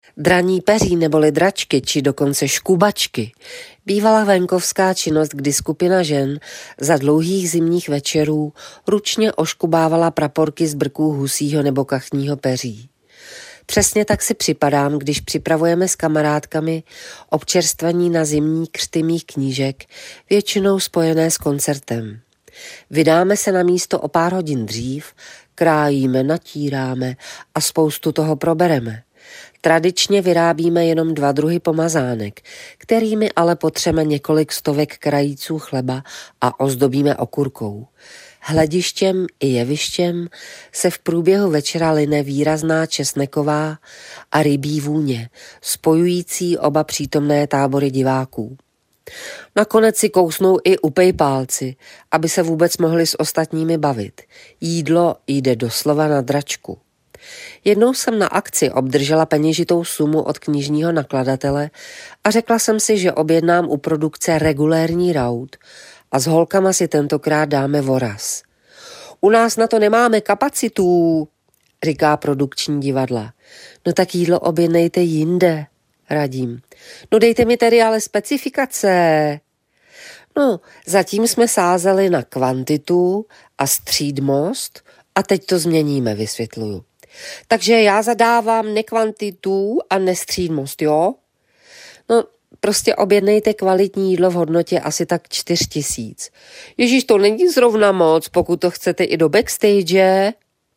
Draní peří neboli dračky či dokonce škubačky bývala venkovská činnost, kdy skupina žen za dlouhých zimních večerů ručně oškubávala praporky z brků husího nebo kachního peří. Přesně tak si připadám, když připravujeme s kamarádkami občerstvení na zimní křty mých knížek, většinou spojené s koncertem. Vydáme se na místo o pár hodin dřív, krájíme, natíráme a spoustu toho probereme. Tradičně vyrábíme jenom 2 druhy pomazánek, kterými ale potřeme několik stovek krajíců chleba a ozdobíme okurkou. Hledištěm i jevištěm se v průběhu večera line výrazná česneková a rybí vůně, spojující oba přítomné tábory diváků. Nakonec si kousnou i upejpálci, aby se vůbec mohli s ostatními bavit. Jídlo jde doslova na dračku. Jednou jsem na akci obdržela peněžitou sumu od knižního nakladatele a řekla jsem si, že objednám u produkce regulérní raut a s holkama si tentokrát dáme voraz. U nás na to nemáme kapacitu, říká produkční divadla. No tak jídlo objednejte jinde, radím. No dejte mi tedy ale specifikace. No, zatím jsme sázeli na kvantitu a střídmost a teď to změníme, vysvětluju. Takže já zadávám nekvantitu a nestřídmost, jo? No, prostě objednejte kvalitní jídlo v hodnotě asi tak 4 000. Ježíš, to není zrovna moc, pokud to chcete i do backstage.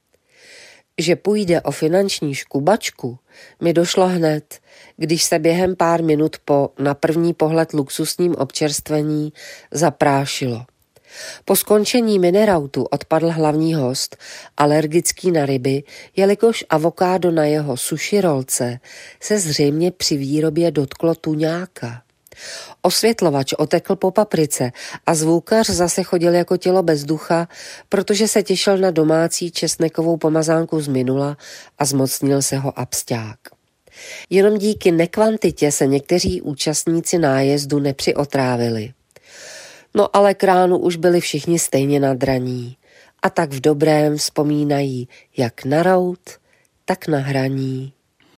Že půjde o finanční škubačku, mi došlo hned, když se během pár minut po na první pohled luxusním občerstvení zaprášilo. Po skončení minirautu odpadl hlavní host, alergický na ryby, jelikož avokádo na jeho sushi rolce se zřejmě při výrobě dotklo tuňáka. Osvětlovač otekl po paprice a zvukař zase chodil jako tělo bez ducha, protože se těšil na domácí česnekovou pomazánku z minula a zmocnil se ho absťák. Jenom díky nekvantitě se někteří účastníci nájezdu nepřiotrávili. No ale k ránu už byli všichni stejně nadraní a tak v dobrém vzpomínají jak na raut, tak na hraní.